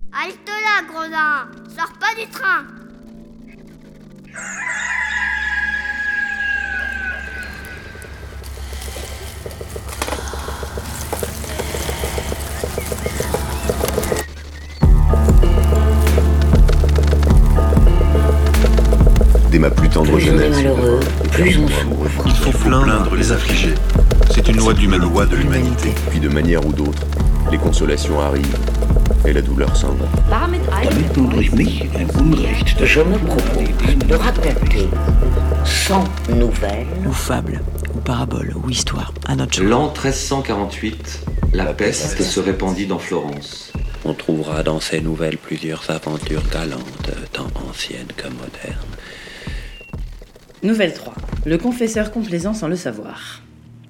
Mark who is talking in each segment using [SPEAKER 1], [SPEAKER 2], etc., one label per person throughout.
[SPEAKER 1] Halte là, gredin! Sors pas du train!
[SPEAKER 2] Dès ma plus tendre jeunesse,
[SPEAKER 3] malheureux, plus on souffre.
[SPEAKER 4] Il faut plaindre les affligés. C'est une loi de l'humanité.
[SPEAKER 2] Puis de manière ou d'autre, les consolations arrivent et la douleur s'en va.
[SPEAKER 3] Damit du durch mich ein Unrecht. Je me propose de raconter 100 nouvelles
[SPEAKER 5] ou fables, ou paraboles, ou histoires, à notre genre.
[SPEAKER 6] L'an 1348, la peste se répandit dans Florence.
[SPEAKER 7] On trouvera dans ces nouvelles plusieurs aventures galantes, tant anciennes que modernes.
[SPEAKER 8] Nouvelle 3. Le confesseur complaisant sans le savoir.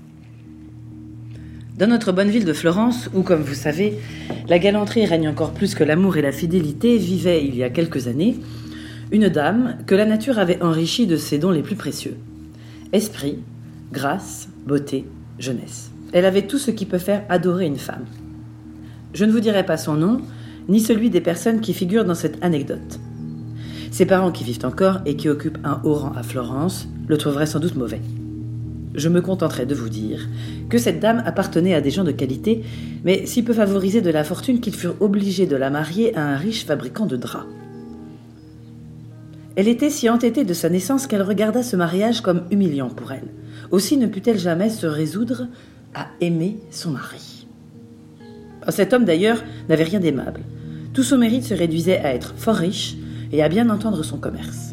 [SPEAKER 8] Dans notre bonne ville de Florence, où, comme vous savez, la galanterie règne encore plus que l'amour et la fidélité, vivait, il y a quelques années, une dame que la nature avait enrichie de ses dons les plus précieux. Esprit, grâce, beauté, jeunesse. Elle avait tout ce qui peut faire adorer une femme. Je ne vous dirai pas son nom, ni celui des personnes qui figurent dans cette anecdote. Ses parents qui vivent encore et qui occupent un haut rang à Florence le trouveraient sans doute mauvais. Je me contenterai de vous dire que cette dame appartenait à des gens de qualité, mais si peu favorisés de la fortune qu'ils furent obligés de la marier à un riche fabricant de draps. Elle était si entêtée de sa naissance qu'elle regarda ce mariage comme humiliant pour elle. Aussi ne put-elle jamais se résoudre à aimer son mari. Cet homme d'ailleurs n'avait rien d'aimable. Tout son mérite se réduisait à être fort riche et à bien entendre son commerce.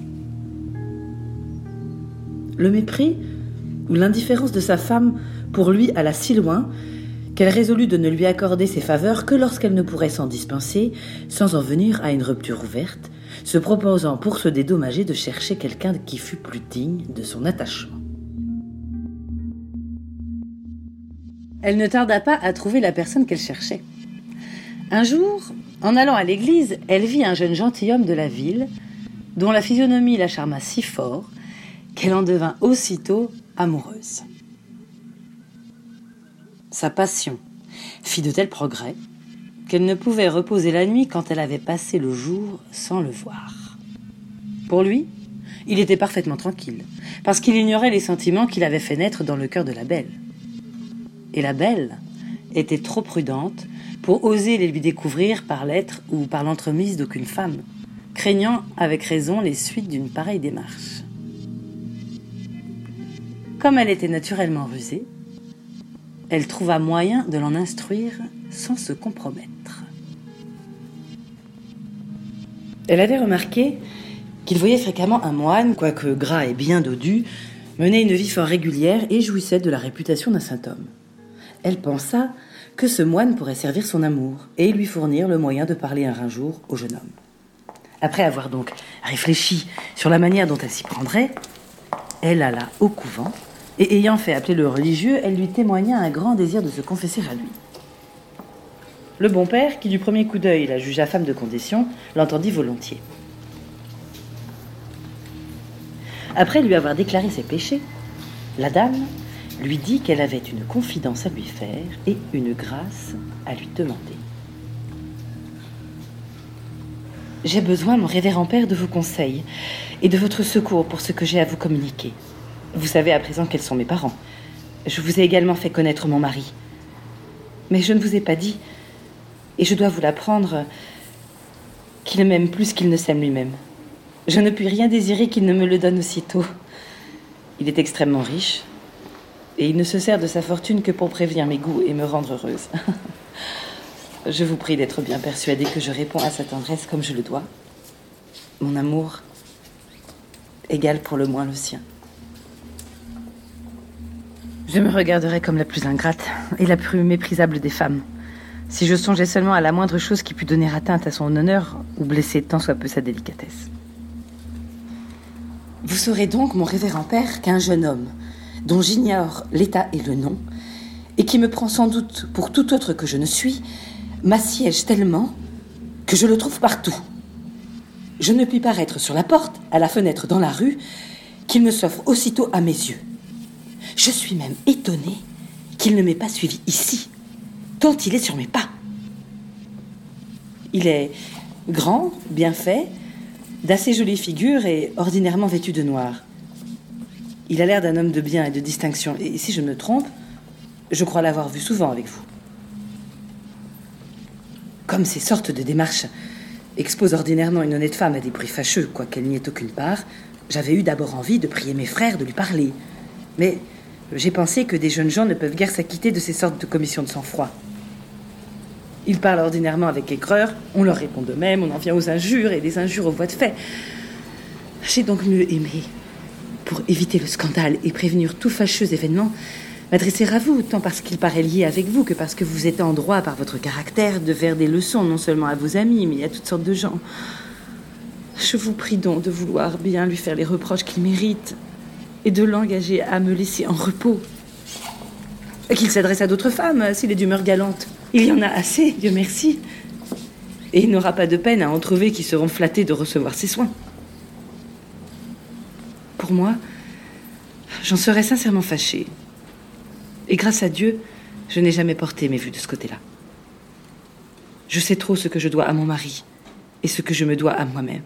[SPEAKER 8] Le mépris ou l'indifférence de sa femme pour lui alla si loin qu'elle résolut de ne lui accorder ses faveurs que lorsqu'elle ne pourrait s'en dispenser, sans en venir à une rupture ouverte, se proposant pour se dédommager de chercher quelqu'un qui fût plus digne de son attachement. Elle ne tarda pas à trouver la personne qu'elle cherchait. Un jour, en allant à l'église, elle vit un jeune gentilhomme de la ville, dont la physionomie la charma si fort qu'elle en devint aussitôt amoureuse. Sa passion fit de tels progrès qu'elle ne pouvait reposer la nuit quand elle avait passé le jour sans le voir. Pour lui, il était parfaitement tranquille, parce qu'il ignorait les sentiments qu'il avait fait naître dans le cœur de la belle. Et la belle était trop prudente pour oser les lui découvrir par lettre ou par l'entremise d'aucune femme, craignant avec raison les suites d'une pareille démarche. Comme elle était naturellement rusée, elle trouva moyen de l'en instruire sans se compromettre. Elle avait remarqué qu'il voyait fréquemment un moine, quoique gras et bien dodu, mener une vie fort régulière et jouissait de la réputation d'un saint homme. Elle pensa que ce moine pourrait servir son amour et lui fournir le moyen de parler un jour au jeune homme. Après avoir donc réfléchi sur la manière dont elle s'y prendrait, elle alla au couvent et ayant fait appeler le religieux, elle lui témoigna un grand désir de se confesser à lui. Le bon père, qui du premier coup d'œil la jugea femme de condition, l'entendit volontiers. Après lui avoir déclaré ses péchés, la dame lui dit qu'elle avait une confidence à lui faire et une grâce à lui demander. « J'ai besoin, mon révérend père, de vos conseils et de votre secours pour ce que j'ai à vous communiquer. Vous savez à présent quels sont mes parents. Je vous ai également fait connaître mon mari. Mais je ne vous ai pas dit, et je dois vous l'apprendre, qu'il m'aime plus qu'il ne s'aime lui-même. Je ne puis rien désirer qu'il ne me le donne aussitôt. Il est extrêmement riche, et il ne se sert de sa fortune que pour prévenir mes goûts et me rendre heureuse. Je vous prie d'être bien persuadé que je réponds à sa tendresse comme je le dois. Mon amour égale pour le moins le sien. Je me regarderais comme la plus ingrate et la plus méprisable des femmes, si je songeais seulement à la moindre chose qui pût donner atteinte à son honneur ou blesser tant soit peu sa délicatesse. Vous saurez donc, mon révérend père, qu'un jeune homme, dont j'ignore l'état et le nom, et qui me prend sans doute pour tout autre que je ne suis, m'assiège tellement que je le trouve partout. Je ne puis paraître sur la porte, à la fenêtre, dans la rue, qu'il me s'offre aussitôt à mes yeux. Je suis même étonnée qu'il ne m'ait pas suivi ici, tant il est sur mes pas. Il est grand, bien fait, d'assez jolie figure et ordinairement vêtu de noir. Il a l'air d'un homme de bien et de distinction. Et si je me trompe, je crois l'avoir vu souvent avec vous. Comme ces sortes de démarches exposent ordinairement une honnête femme à des bruits fâcheux, quoiqu'elle n'y ait aucune part, j'avais eu d'abord envie de prier mes frères de lui parler. Mais j'ai pensé que des jeunes gens ne peuvent guère s'acquitter de ces sortes de commissions de sang-froid. Ils parlent ordinairement avec aigreur, on leur répond de même, on en vient aux injures et des injures aux voies de fait. J'ai donc mieux aimé, pour éviter le scandale et prévenir tout fâcheux événement, m'adresser à vous, tant parce qu'il paraît lié avec vous que parce que vous êtes en droit par votre caractère de faire des leçons non seulement à vos amis, mais à toutes sortes de gens. Je vous prie donc de vouloir bien lui faire les reproches qu'il mérite et de l'engager à me laisser en repos. Qu'il s'adresse à d'autres femmes, s'il est d'humeur galante. Il y en a assez, Dieu merci. Et il n'aura pas de peine à en trouver qui seront flattés de recevoir ses soins. Pour moi, j'en serais sincèrement fâchée. Et grâce à Dieu, je n'ai jamais porté mes vues de ce côté-là. Je sais trop ce que je dois à mon mari et ce que je me dois à moi-même.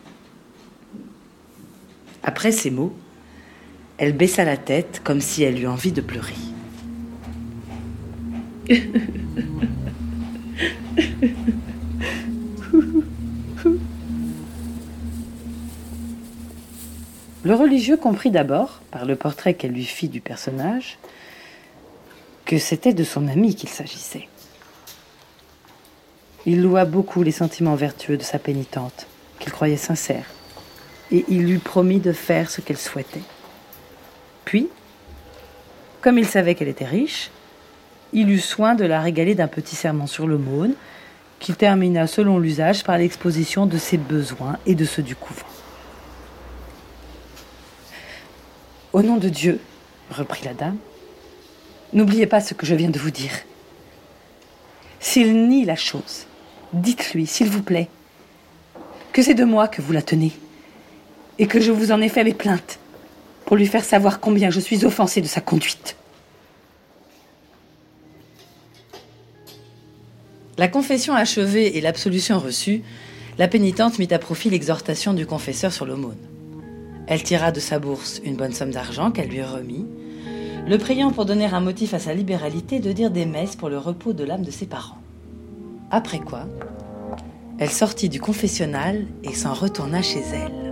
[SPEAKER 8] Après ces mots, elle baissa la tête comme si elle eut envie de pleurer. Le religieux comprit d'abord, par le portrait qu'elle lui fit du personnage, que c'était de son amie qu'il s'agissait. Il loua beaucoup les sentiments vertueux de sa pénitente, qu'il croyait sincères, et il lui promit de faire ce qu'elle souhaitait. Puis, comme il savait qu'elle était riche, il eut soin de la régaler d'un petit sermon sur l'aumône, qu'il termina selon l'usage par l'exposition de ses besoins et de ceux du couvent. « Au nom de Dieu, reprit la dame, n'oubliez pas ce que je viens de vous dire. S'il nie la chose, dites-lui, s'il vous plaît, que c'est de moi que vous la tenez et que je vous en ai fait mes plaintes pour lui faire savoir combien je suis offensée de sa conduite. » La confession achevée et l'absolution reçue, la pénitente mit à profit l'exhortation du confesseur sur l'aumône. Elle tira de sa bourse une bonne somme d'argent qu'elle lui remit, le priant pour donner un motif à sa libéralité de dire des messes pour le repos de l'âme de ses parents. Après quoi, elle sortit du confessionnal et s'en retourna chez elle.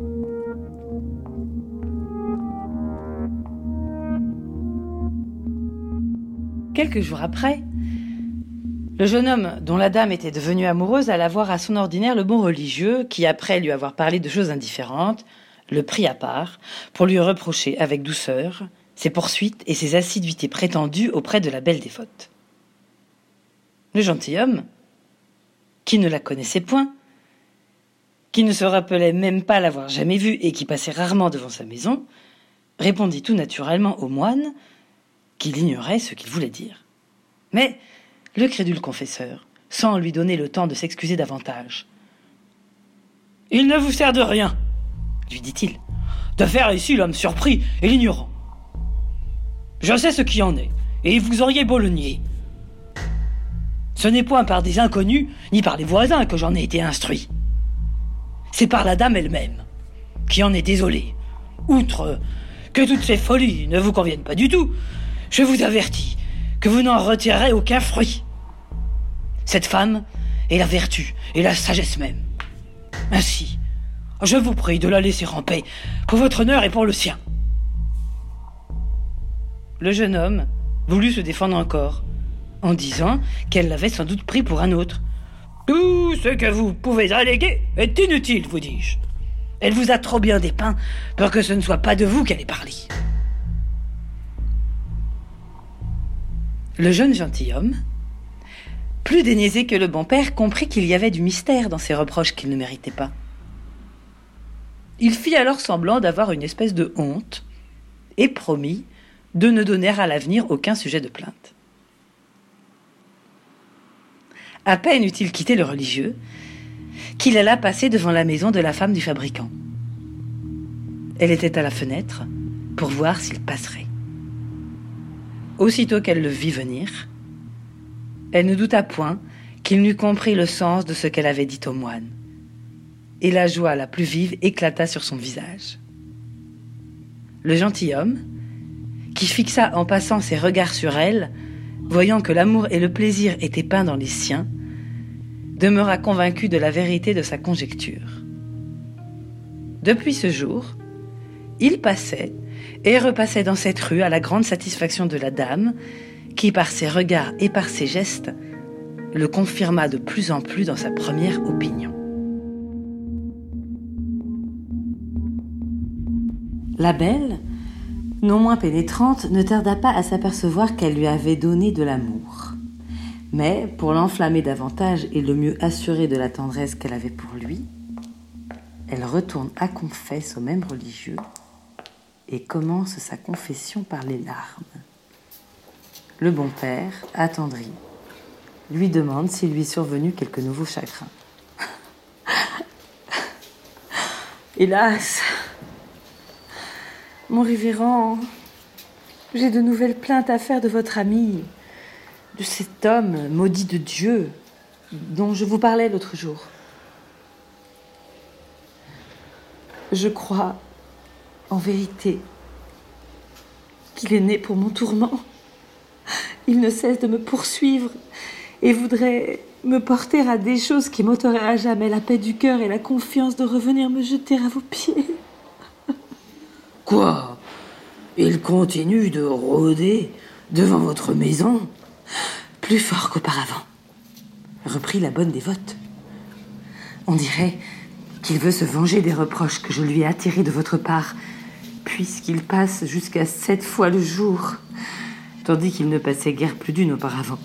[SPEAKER 8] Quelques jours après, le jeune homme dont la dame était devenue amoureuse alla voir à son ordinaire le bon religieux qui, après lui avoir parlé de choses indifférentes, le prit à part pour lui reprocher avec douceur ses poursuites et ses assiduités prétendues auprès de la belle dévote. Le gentilhomme, qui ne la connaissait point, qui ne se rappelait même pas l'avoir jamais vue et qui passait rarement devant sa maison, répondit tout naturellement au moine qu'il ignorait ce qu'il voulait dire. Mais le crédule confesseur, sans lui donner le temps de s'excuser davantage. « Il ne vous sert de rien, lui dit-il, de faire ici l'homme surpris et l'ignorant. Je sais ce qui en est, et vous auriez beau le nier. Ce n'est point par des inconnus, ni par les voisins que j'en ai été instruit. C'est par la dame elle-même, qui en est désolée. Outre que toutes ces folies ne vous conviennent pas du tout, je vous avertis que vous n'en retirerez aucun fruit. Cette femme est la vertu et la sagesse même. Ainsi, je vous prie de la laisser en paix, pour votre honneur et pour le sien. » Le jeune homme voulut se défendre encore, en disant qu'elle l'avait sans doute pris pour un autre. « Tout ce que vous pouvez alléguer est inutile, vous dis-je. Elle vous a trop bien dépeint pour que ce ne soit pas de vous qu'elle ait parlé. » Le jeune gentilhomme, plus déniaisé que le bon père, comprit qu'il y avait du mystère dans ces reproches qu'il ne méritait pas. Il fit alors semblant d'avoir une espèce de honte et promit de ne donner à l'avenir aucun sujet de plainte. À peine eut-il quitté le religieux qu'il alla passer devant la maison de la femme du fabricant. Elle était à la fenêtre pour voir s'il passerait. Aussitôt qu'elle le vit venir, elle ne douta point qu'il n'eût compris le sens de ce qu'elle avait dit au moine. Et la joie la plus vive éclata sur son visage. Le gentilhomme, qui fixa en passant ses regards sur elle, voyant que l'amour et le plaisir étaient peints dans les siens, demeura convaincu de la vérité de sa conjecture. Depuis ce jour, il passait et repassait dans cette rue à la grande satisfaction de la dame, qui, par ses regards et par ses gestes, le confirma de plus en plus dans sa première opinion. La belle, non moins pénétrante, ne tarda pas à s'apercevoir qu'elle lui avait donné de l'amour. Mais, pour l'enflammer davantage et le mieux assurer de la tendresse qu'elle avait pour lui, elle retourne à confesse au même religieux et commence sa confession par les larmes. Le bon père, attendri, lui demande s'il lui est survenu quelque nouveau chagrin. Hélas, mon révérend, j'ai de nouvelles plaintes à faire de votre ami, de cet homme maudit de Dieu dont je vous parlais l'autre jour. Je crois, en vérité, qu'il est né pour mon tourment. Il ne cesse de me poursuivre et voudrait me porter à des choses qui m'ôteraient à jamais la paix du cœur et la confiance de revenir me jeter à vos pieds.
[SPEAKER 3] Quoi? Il continue de rôder devant votre maison?
[SPEAKER 8] Plus fort qu'auparavant, reprit la bonne dévote. On dirait qu'il veut se venger des reproches que je lui ai attirés de votre part, puisqu'il passe jusqu'à 7 fois le jour, tandis qu'il ne passait guère plus d'une auparavant.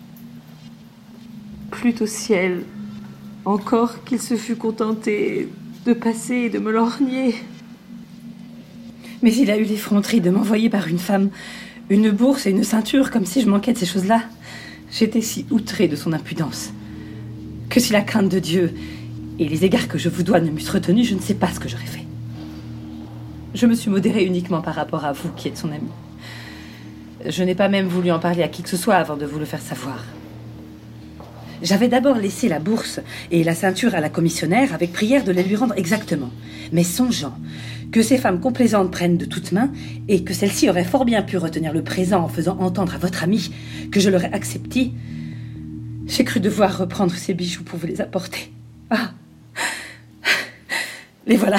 [SPEAKER 8] Plût au ciel, encore qu'il se fût contenté de passer et de me lorgner. Mais il a eu l'effronterie de m'envoyer par une femme une bourse et une ceinture, comme si je manquais de ces choses-là. J'étais si outrée de son impudence que si la crainte de Dieu et les égards que je vous dois ne m'eussent retenu, je ne sais pas ce que j'aurais fait. Je me suis modérée uniquement par rapport à vous qui êtes son ami. Je n'ai pas même voulu en parler à qui que ce soit avant de vous le faire savoir. J'avais d'abord laissé la bourse et la ceinture à la commissionnaire avec prière de les lui rendre exactement, mais songeant que ces femmes complaisantes prennent de toutes mains et que celle-ci aurait fort bien pu retenir le présent en faisant entendre à votre ami que je l'aurais accepté, j'ai cru devoir reprendre ces bijoux pour vous les apporter. Ah, les voilà.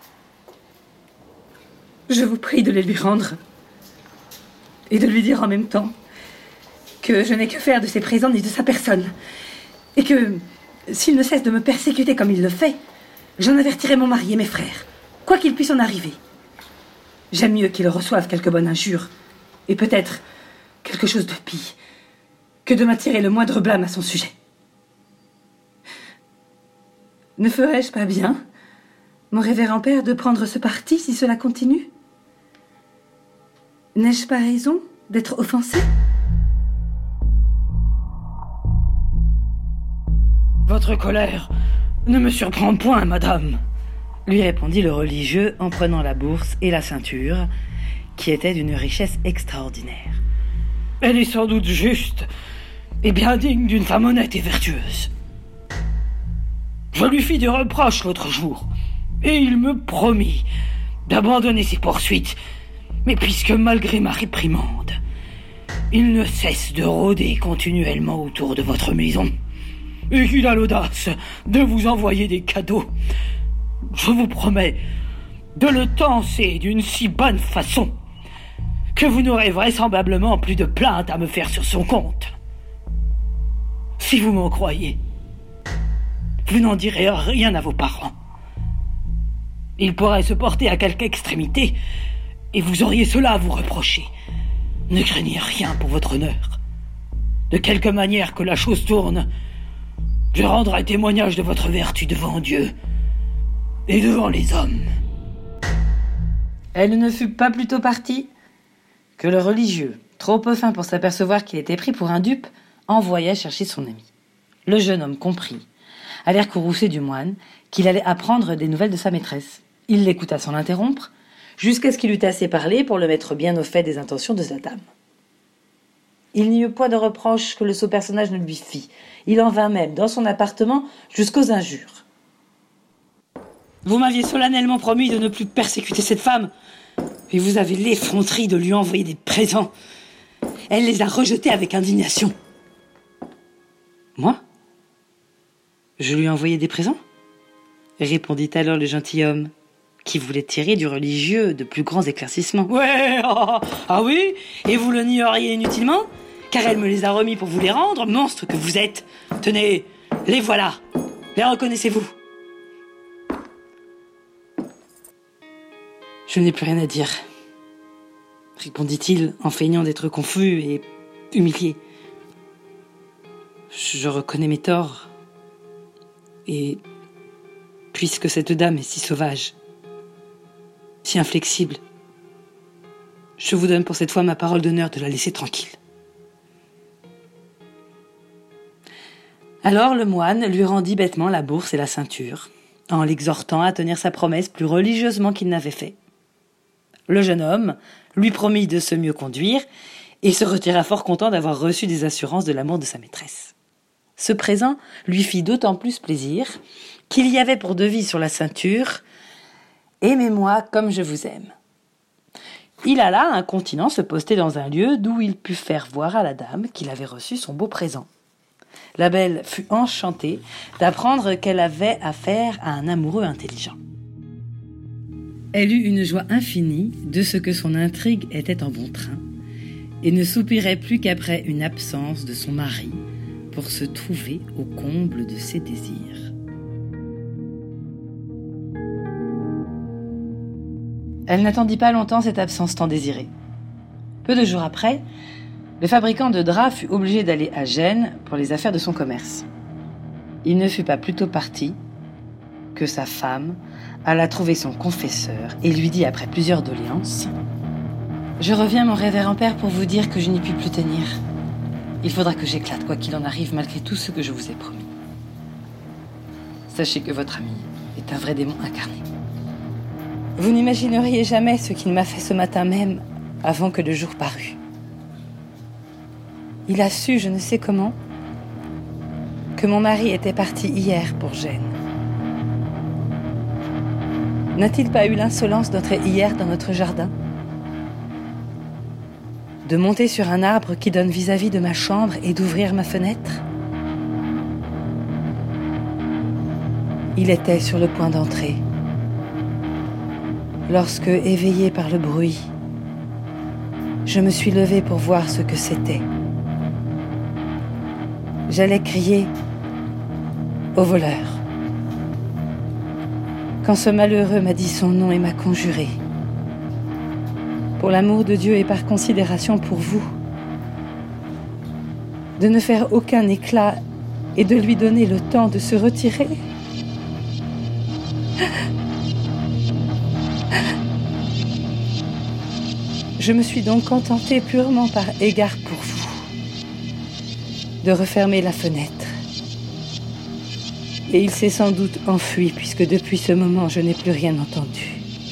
[SPEAKER 8] Je vous prie de les lui rendre et de lui dire en même temps que je n'ai que faire de ses présents ni de sa personne, et que, s'il ne cesse de me persécuter comme il le fait, j'en avertirai mon mari et mes frères, quoi qu'il puisse en arriver. J'aime mieux qu'il reçoive quelque bonne injure, et peut-être quelque chose de pis, que de m'attirer le moindre blâme à son sujet. Ne ferais-je pas bien, mon révérend père, de prendre ce parti si cela continue? N'ai-je pas raison d'être offensée?
[SPEAKER 3] Votre colère ne me surprend point, madame, lui répondit le religieux en prenant la bourse et la ceinture, qui étaient d'une richesse extraordinaire. Elle est sans doute juste et bien digne d'une femme honnête et vertueuse. Je lui fis des reproches l'autre jour, et il me promit d'abandonner ses poursuites, mais puisque malgré ma réprimande, il ne cesse de rôder continuellement autour de votre maison, et qu'il a l'audace de vous envoyer des cadeaux, je vous promets de le tancer d'une si bonne façon que vous n'aurez vraisemblablement plus de plainte à me faire sur son compte. Si vous m'en croyez, vous n'en direz rien à vos parents. Il pourrait se porter à quelque extrémité et vous auriez cela à vous reprocher. Ne craignez rien pour votre honneur. De quelque manière que la chose tourne, je rendrai témoignage de votre vertu devant Dieu et devant les hommes.
[SPEAKER 8] Elle ne fut pas plutôt partie que le religieux, trop peu fin pour s'apercevoir qu'il était pris pour un dupe, envoya chercher son ami. Le jeune homme comprit, à l'air courroucé du moine, qu'il allait apprendre des nouvelles de sa maîtresse. Il l'écouta sans l'interrompre, jusqu'à ce qu'il eût assez parlé pour le mettre bien au fait des intentions de sa dame. Il n'y eut point de reproche que le sot personnage ne lui fit. Il en vint même, dans son appartement, jusqu'aux injures. Vous m'aviez solennellement promis de ne plus persécuter cette femme, et vous avez l'effronterie de lui envoyer des présents. Elle les a rejetés avec indignation. Moi ? Je lui ai envoyé des présents ? Répondit alors le gentilhomme, qui voulait tirer du religieux de plus grands éclaircissements. Ouais, ah oui, et vous le nieriez inutilement, car elle me les a remis pour vous les rendre, monstre que vous êtes. Tenez, les voilà. Les reconnaissez-vous ? Je n'ai plus rien à dire, répondit-il en feignant d'être confus et humilié. Je reconnais mes torts. Et puisque cette dame est si sauvage, si inflexible, je vous donne pour cette fois ma parole d'honneur de la laisser tranquille. Alors le moine lui rendit bêtement la bourse et la ceinture, en l'exhortant à tenir sa promesse plus religieusement qu'il n'avait fait. Le jeune homme lui promit de se mieux conduire et se retira fort content d'avoir reçu des assurances de l'amour de sa maîtresse. Ce présent lui fit d'autant plus plaisir qu'il y avait pour devise sur la ceinture « Aimez-moi comme je vous aime ». Il alla incontinent se poster dans un lieu d'où il put faire voir à la dame qu'il avait reçu son beau présent. La belle fut enchantée d'apprendre qu'elle avait affaire à un amoureux intelligent. Elle eut une joie infinie de ce que son intrigue était en bon train et ne soupirait plus qu'après une absence de son mari pour se trouver au comble de ses désirs. Elle n'attendit pas longtemps cette absence tant désirée. Peu de jours après, le fabricant de draps fut obligé d'aller à Gênes pour les affaires de son commerce. Il ne fut pas plus tôt parti que sa femme alla trouver son confesseur et lui dit après plusieurs doléances « Je reviens, mon révérend père, pour vous dire que je n'y puis plus tenir. Il faudra que j'éclate, quoi qu'il en arrive, malgré tout ce que je vous ai promis. Sachez que votre ami est un vrai démon incarné. Vous n'imagineriez jamais ce qu'il m'a fait ce matin même, avant que le jour parût. Il a su, je ne sais comment, que mon mari était parti hier pour Gênes. N'a-t-il pas eu l'insolence d'entrer hier dans notre jardin ? De monter sur un arbre qui donne vis-à-vis de ma chambre et d'ouvrir ma fenêtre ? Il était sur le point d'entrer, lorsque, éveillée par le bruit, je me suis levée pour voir ce que c'était. J'allais crier au voleur, quand ce malheureux m'a dit son nom et m'a conjuré, pour l'amour de Dieu et par considération pour vous, de ne faire aucun éclat et de lui donner le temps de se retirer. Je me suis donc contentée purement par égard pour vous de refermer la fenêtre. Et il s'est sans doute enfui puisque depuis ce moment je n'ai plus rien entendu.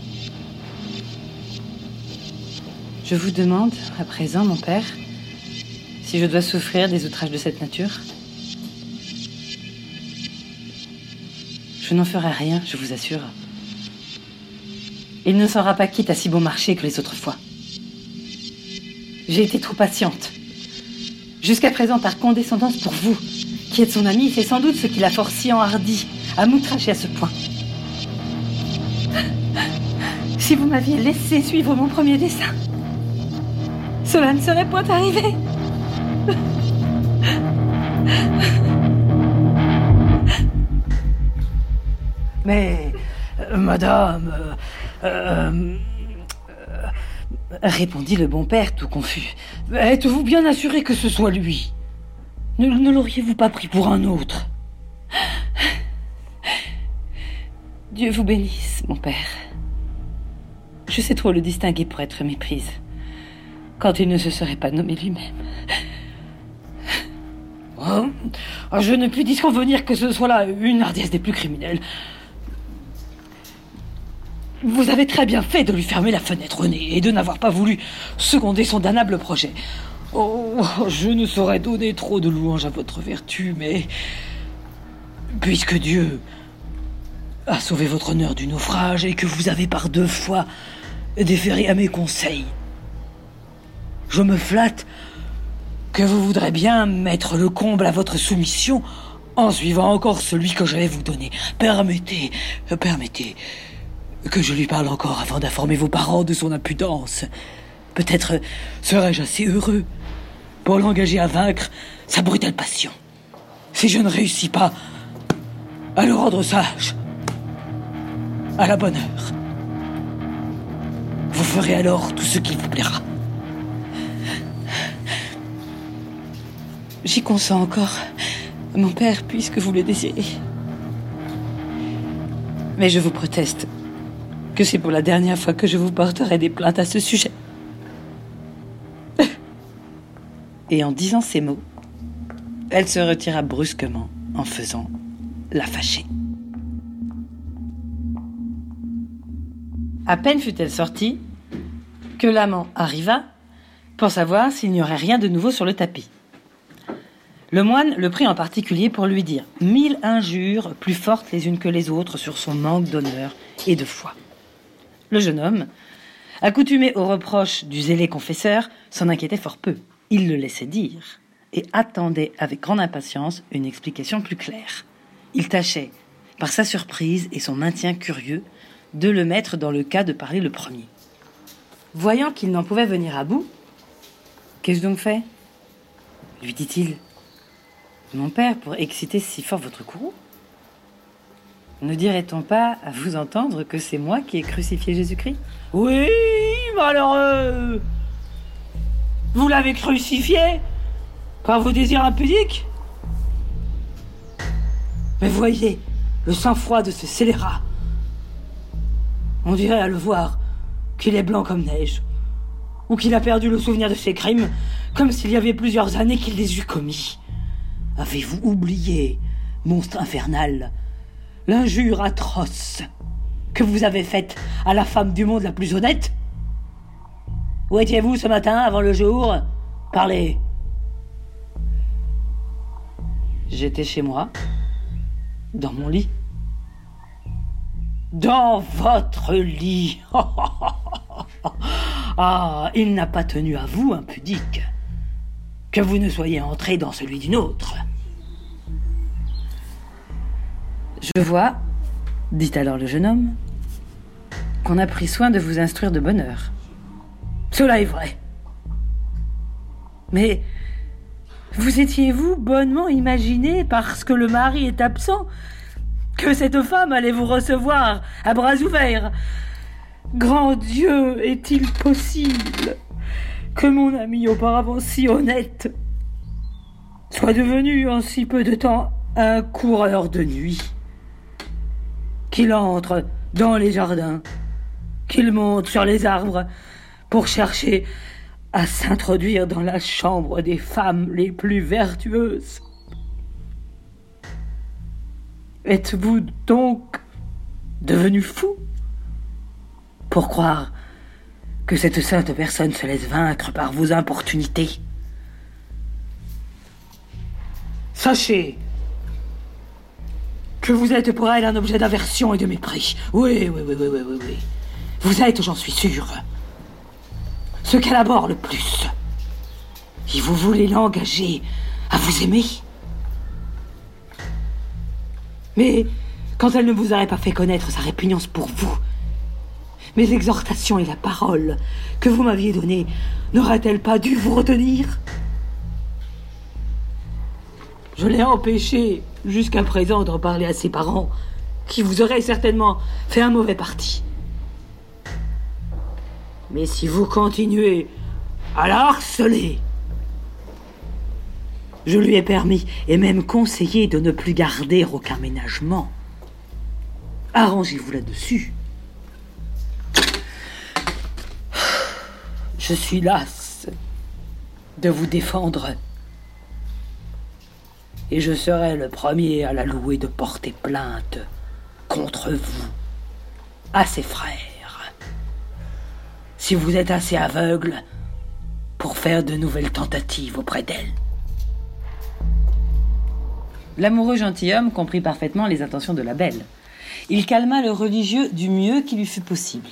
[SPEAKER 8] Je vous demande, à présent, mon père, si je dois souffrir des outrages de cette nature. Je n'en ferai rien, je vous assure. Il ne sera pas quitte à si bon marché que les autres fois. J'ai été trop patiente. Jusqu'à présent, par condescendance pour vous, qui êtes son ami, c'est sans doute ce qui l'a fort si enhardi à m'outrager à ce point. Si vous m'aviez laissé suivre mon premier dessein, cela ne serait point arrivé. Mais, madame, répondit le bon père tout confus. Êtes-vous bien assuré que ce soit lui ? Ne l'auriez-vous pas pris pour un autre ? Dieu vous bénisse, mon père. Je sais trop le distinguer pour être méprise, quand il ne se serait pas nommé lui-même. Oh, je ne puis disconvenir que ce soit là une hardiesse des plus criminelles. Vous avez très bien fait de lui fermer la fenêtre au nez et de n'avoir pas voulu seconder son damnable projet.
[SPEAKER 3] Oh, je ne saurais donner trop de louanges à votre vertu, mais puisque Dieu a sauvé votre honneur du naufrage et que vous avez par 2 fois déféré à mes conseils, je me flatte que vous voudrez bien mettre le comble à votre soumission en suivant encore celui que je vais vous donner. Permettez que je lui parle encore avant d'informer vos parents de son impudence. Peut-être serais-je assez heureux pour l'engager à vaincre sa brutale passion. Si je ne réussis pas à le rendre sage, à la bonne heure, vous ferez alors tout ce qu'il vous plaira. J'y consens encore, mon père, puisque vous le désirez. Mais je vous proteste que c'est pour la dernière fois que je vous porterai des plaintes à ce sujet. Et en disant ces mots, elle se retira brusquement en faisant la fâchée. À peine fut-elle sortie que l'amant arriva pour savoir s'il n'y aurait rien de nouveau sur le tapis. Le moine le prit en particulier pour lui dire 1000 injures plus fortes les unes que les autres sur son manque d'honneur et de foi. Le jeune homme, accoutumé aux reproches du zélé confesseur, s'en inquiétait fort peu. Il le laissait dire et attendait avec grande impatience une explication plus claire. Il tâchait, par sa surprise et son maintien curieux, de le mettre dans le cas de parler le premier. Voyant qu'il n'en pouvait venir à bout, « Qu'ai-je donc fait ?» lui dit-il. « Mon père, pour exciter si fort votre courroux, ne dirait-on pas, à vous entendre, que c'est moi qui ai crucifié Jésus-Christ ?»« Oui, malheureux ! Vous l'avez crucifié par vos désirs impudiques ? Mais voyez le sang-froid de ce scélérat. On dirait à le voir qu'il est blanc comme neige, ou qu'il a perdu le souvenir de ses crimes, comme s'il y avait plusieurs années qu'il les eût commis. Avez-vous oublié, monstre infernal, l'injure atroce que vous avez faite à la femme du monde la plus honnête ? Où étiez-vous ce matin, avant le jour ? Parlez. J'étais chez moi, dans mon lit. Dans votre lit. Ah, il n'a pas tenu à vous, impudique, que vous ne soyez entré dans celui d'une autre. Je vois, dit alors le jeune homme, qu'on a pris soin de vous instruire de bonne heure. Cela est vrai. Mais vous étiez-vous bonnement imaginé, parce que le mari est absent, que cette femme allait vous recevoir à bras ouverts ? Grand Dieu, est-il possible que mon ami auparavant si honnête soit devenu en si peu de temps un coureur de nuit ? Qu'il entre dans les jardins, qu'il monte sur les arbres pour chercher à s'introduire dans la chambre des femmes les plus vertueuses. Êtes-vous donc devenu fou pour croire que cette sainte personne se laisse vaincre par vos importunités ? Sachez que vous êtes pour elle un objet d'aversion et de mépris. Oui. Vous êtes, j'en suis sûr, ce qu'elle abhorre le plus. Et vous voulez l'engager à vous aimer ? Mais quand elle ne vous aurait pas fait connaître sa répugnance pour vous, mes exhortations et la parole que vous m'aviez donnée n'auraient-elles pas dû vous retenir ? Je l'ai empêché jusqu'à présent d'en parler à ses parents, qui vous auraient certainement fait un mauvais parti. Mais si vous continuez à la harceler, je lui ai permis et même conseillé de ne plus garder aucun ménagement. Arrangez-vous là-dessus. Je suis lasse de vous défendre. Et je serai le premier à la louer de porter plainte contre vous, à ses frères. Si vous êtes assez aveugle pour faire de nouvelles tentatives auprès d'elle. L'amoureux gentilhomme comprit parfaitement les intentions de la belle. Il calma le religieux du mieux qui lui fut possible.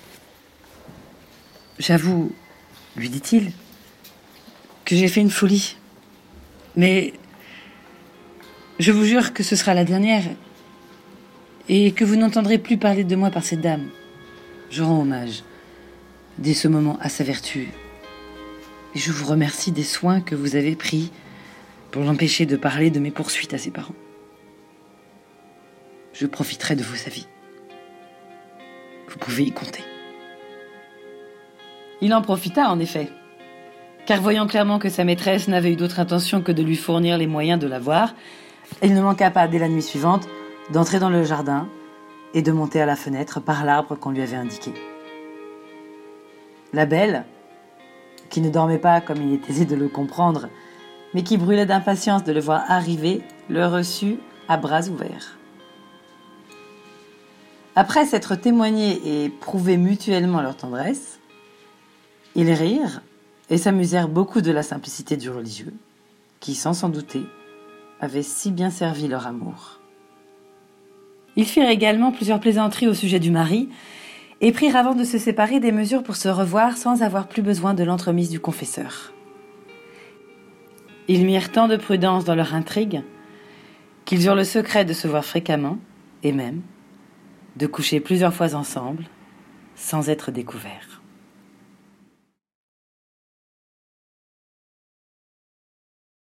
[SPEAKER 3] « J'avoue, lui dit-il, que j'ai fait une folie. Mais je vous jure que ce sera la dernière et que vous n'entendrez plus parler de moi par cette dame. Je rends hommage, dès ce moment, à sa vertu. Et je vous remercie des soins que vous avez pris pour l'empêcher de parler de mes poursuites à ses parents. Je profiterai de vos avis. Vous pouvez y compter. » Il en profita, en effet, car voyant clairement que sa maîtresse n'avait eu d'autre intention que de lui fournir les moyens de la voir, il ne manqua pas, dès la nuit suivante, d'entrer dans le jardin et de monter à la fenêtre par l'arbre qu'on lui avait indiqué. La belle, qui ne dormait pas comme il est aisé de le comprendre, mais qui brûlait d'impatience de le voir arriver, le reçut à bras ouverts. Après s'être témoignés et prouvé mutuellement leur tendresse, ils rirent et s'amusèrent beaucoup de la simplicité du religieux, qui, sans s'en douter, avait si bien servi leur amour. Ils firent également plusieurs plaisanteries au sujet du mari et prirent avant de se séparer des mesures pour se revoir sans avoir plus besoin de l'entremise du confesseur. Ils mirent tant de prudence dans leur intrigue qu'ils eurent le secret de se voir fréquemment et même de coucher plusieurs fois ensemble sans être découverts.